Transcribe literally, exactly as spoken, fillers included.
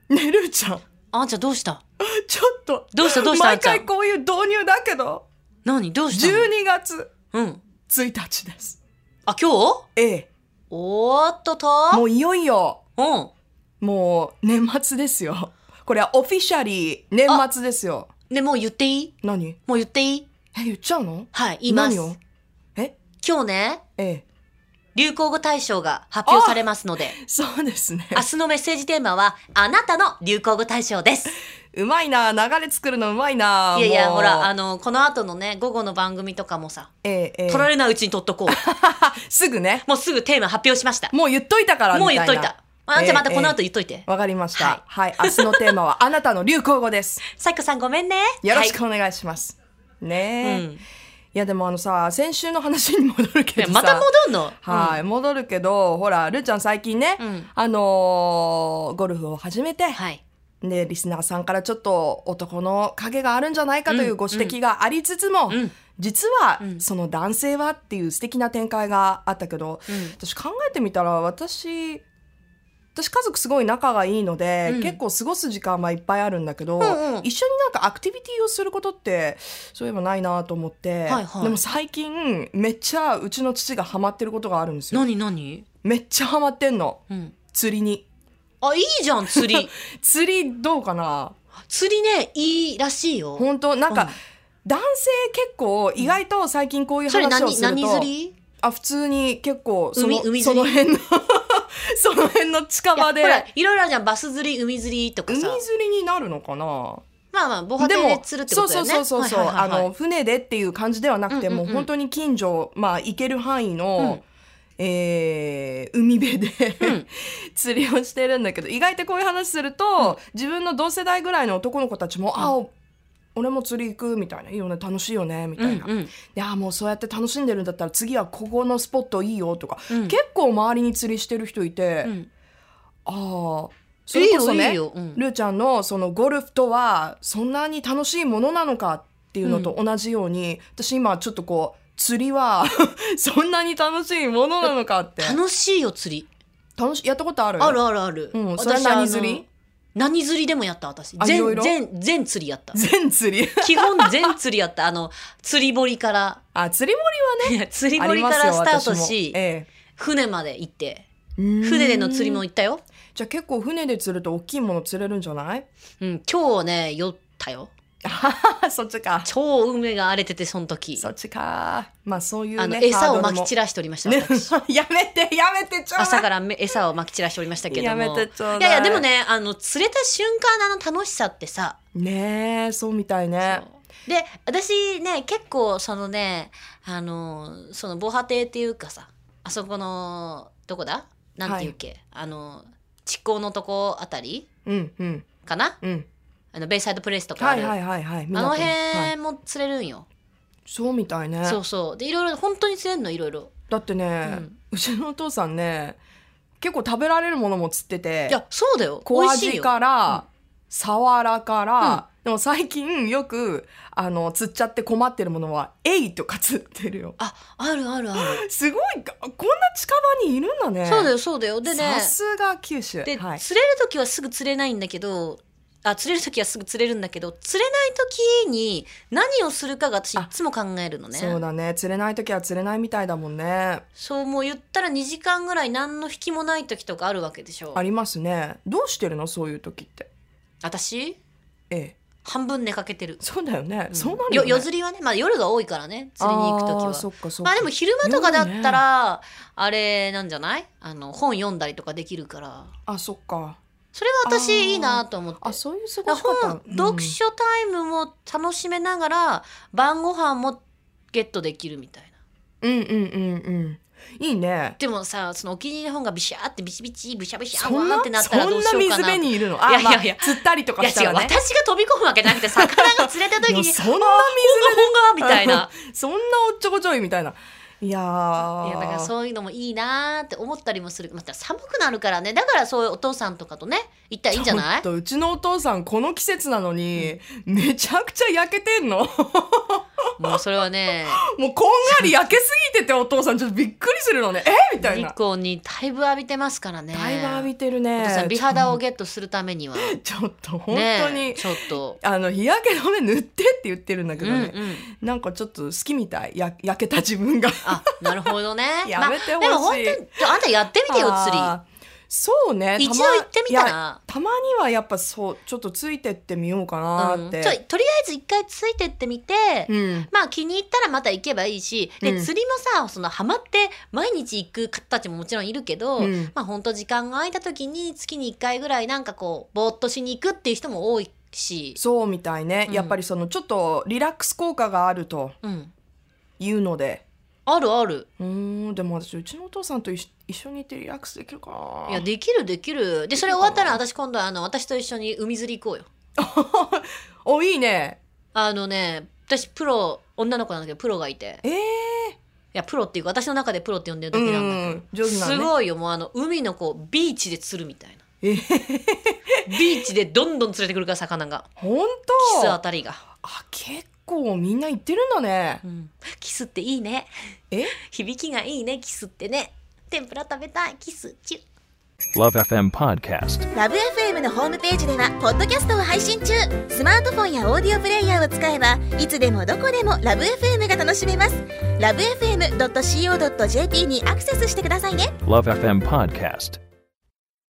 ねるーちゃん、 あんちゃんどうした？ ちょっとどうしたどうした毎回こういう導入だけど、 何どうしたの？ じゅうにがつうんついたちです。 あ、今日？ ええ、 おーっとともういよいようんもう年末ですよ。これはオフィシャリー年末ですよ。 ね、もう言っていい？ 何？ もう言っていい？ え、言っちゃうの？ はい、言います。 何を？え、 今日ね、 ええ、 流行語大賞が発表されますので、 そうですね。 明日のメッセージテーマはあなたの流行語大賞です。 うまいな、流れ作るのうまいな。 いやいや、 もうほら、あのこの後のね、午後の番組とかもさ、 ええええ、 取られないうちに取っとこう。 すぐね、 もうすぐテーマ発表しました。 もう言っといたからみたいな。 もう言っといた。あんちゃんまたこの後言っといて。 わ、ええ、かりました。 ははい、はい、明日のテーマはあなたの流行語です。 さきこさんごめんね。 よろしくお願いします。はい、ねえ、うん、いやでもあのさ、先週の話に戻るけどさ、 また戻んの？ はい、うん、戻るけど、ほらるーちゃん最近ね、うん、あのー、ゴルフを始めて、はい、でリスナーさんからちょっと男の影があるんじゃないかというご指摘がありつつも、うんうん、実は、うん、その男性はっていう素敵な展開があったけど、うん、私考えてみたら、私私家族すごい仲がいいので、うん、結構過ごす時間はいっぱいあるんだけど、うんうん、一緒になんかアクティビティをすることってそういえばないなと思って、はいはい、でも最近めっちゃうちの父がハマってることがあるんですよ。 何何？めっちゃハマってんの、うん、釣りに。 あ、いいじゃん釣り。 釣りどうかな？ 釣りね、いいらしいよ。 本当なんか、うん、男性結構意外と最近こういう話をすると、 何、何釣り？ あ、普通に結構その、 海、海その辺のその辺の近場で、いほらいろいろあるじゃん。バス釣り、海釣りとかさ。 海釣りになるのかな。 まあまあ防波堤で釣るってことだよね。 そうそうそうそう、はいはいはいはい、あの船でっていう感じではなくて、うんうんうん、もう本当に近所、まあ行ける範囲の、うん、えー、海辺で、うん、釣りをしてるんだけど、意外とこういう話すると、うん、自分の同世代ぐらいの男の子たちも、うん、あ、俺も釣り行くみたいな、いいよね、楽しいよねみたいな、うんうん、いやもうそうやって楽しんでるんだったら次はここのスポットいいよとか、うん、結構周りに釣りしてる人いて、うん、ああそれこそね、いいよいいよ、うん、ルーちゃんのそのゴルフとはそんなに楽しいものなのかっていうのと同じように、うん、私今ちょっとこう釣りはそんなに楽しいものなのかって。 楽しいよ釣り。 楽しやったことある？ あるあるある、 うん、それは何釣り？ 何釣りでもやった私。全全全釣りやった。 全釣り。 基本全釣りやった。あの釣り堀から。 あ、釣り堀はね。 釣り堀からスタートし、ええ、船まで行って、船での釣りも行ったよ。 じゃあ結構船で釣ると大きいもの釣れるんじゃない？ うん、今日ね酔ったよ。 そっちか。 超海が荒れててその時。 そっちか。まあそういうね、 あの餌をまき散らしておりました、ね、 やめてやめてちょうだい。 朝から餌をまき散らしておりましたけども。 やめてちょうだい。 いやいやでもね、あの釣れた瞬間のあの楽しさってさ。 ねえ、そうみたいね。 で私ね結構そのねあのその防波堤っていうかさ、あそこのどこだなんていうっけ、はい、あの地高のとこあたり、うんうん、かな、うん、あのベイサイドプレイスとかある、はいはいはいはい、あの辺も釣れるんよ、はい、 そうみたいね。 そうそうでいろいろ本当に釣れるのいろいろ。 だってね、うん、うちのお父さんね結構食べられるものも釣ってて。 いやそうだよ、 小アジからサワラから、うん、でも最近よくあの釣っちゃって困ってるものはエイとか釣ってるよ。 あ、あるあるある。 すごい、こんな近場にいるんだね。 そうだよそうだよ。でね、 さすが九州で、 はい、 釣れる時はすぐ釣れないんだけど、あ釣れる時はすぐ釣れるんだけど、釣れない時に何をするかが私いつも考えるのね。 そうだね、釣れない時は釣れないみたいだもんね。 そうもう言ったらにじかんぐらい何の引きもない時とかあるわけでしょ。 ありますね。どうしてるのそういう時って。 私ええ、 半分寝かけてる。 そうだよね、うん、そうなるよね。夜釣りはね、まあ、夜が多いからね釣りに行くときは。あ、そっかそっか。まあでも昼間とかだったら、ね、あれなんじゃない、あの本読んだりとかできるから。あ、 そっか。 それは私いいなと思って。 あ、そういう過ごし方。 本、うん、読書タイムも楽しめながら晩ご飯もゲットできるみたいな。うんうんうんうん。いいね。 でもさ、そのお気に入りの本がビシャーってビチビチブシャブシャーワーってなったらどうしようかな。 そんな水辺にいるの。あ、いやいやいや、まあ、釣ったりとかしたらね。 いや違う、私が飛び込むわけじゃなくて魚が釣れた時にそんな水辺本が本がみたいなそんなおっちょこちょいみたいな。いやー、 いやだからそういうのもいいなって思ったりもする。また寒くなるからね。だからそういうお父さんとかとね行ったらいいんじゃない？ ちょっとうちのお父さんこの季節なのに、うん、めちゃくちゃ焼けてんのもうそれはねもうこんがり焼けすぎててお父さんちょっとびっくりするのね。えみたいな。 日光にだいぶ浴びてますからね。 だいぶ浴びてるね。 お父さん美肌をゲットするためにはちょっと本当に、 ね、ちょっとあの日焼け止め塗ってって言ってるんだけどね、 うんうん、 なんかちょっと好きみたい、や焼けた自分があ、なるほどねやめてほしい、 まあ、でも本当にあんたやってみてよ釣り。 そうね、 一度行ってみたら。 たまにはやっぱそうちょっとついてってみようかなって、 うん、ちょとりあえず一回ついてってみて、うん、まあ気に入ったらまた行けばいいし、で、うん、釣りもさそのハマって毎日行く方たちももちろんいるけど、うん、まあ本当時間が空いた時に月にいっかいぐらいなんかこうぼーっとしに行くっていう人も多いし。 そうみたいね、うん、やっぱりそのちょっとリラックス効果があるというので、 うん、あるある。 うーん、でも私うちのお父さんと一緒にいてリラックスできるかな。 いやできるできる。でそれ終わったら私今度あの私と一緒に海釣り行こうよお、いいね。 あのね私プロ女の子なんだけどプロがいて、 えー、いやプロっていうか私の中でプロって呼んでるだけなんだけど、うん上手なんね、すごいよ。もうあの海のこうビーチで釣るみたいな、えー、ビーチでどんどん釣れてくるから魚が。 本当キスあたりが。 あ、結構みんな言ってるんだね、 うん、キスっていいね。 え響きがいいねキスってね。天ぷら食べたいキスチュ。 Love エフエム Podcast。 ラブ エフエム のホームページではポッドキャストを配信中。スマートフォンやオーディオプレイヤーを使えばいつでもどこでもラブ エフエム が楽しめます。 ラブエフエムドットシーオードットジェーピー にアクセスしてくださいね。 Love エフエム Podcast。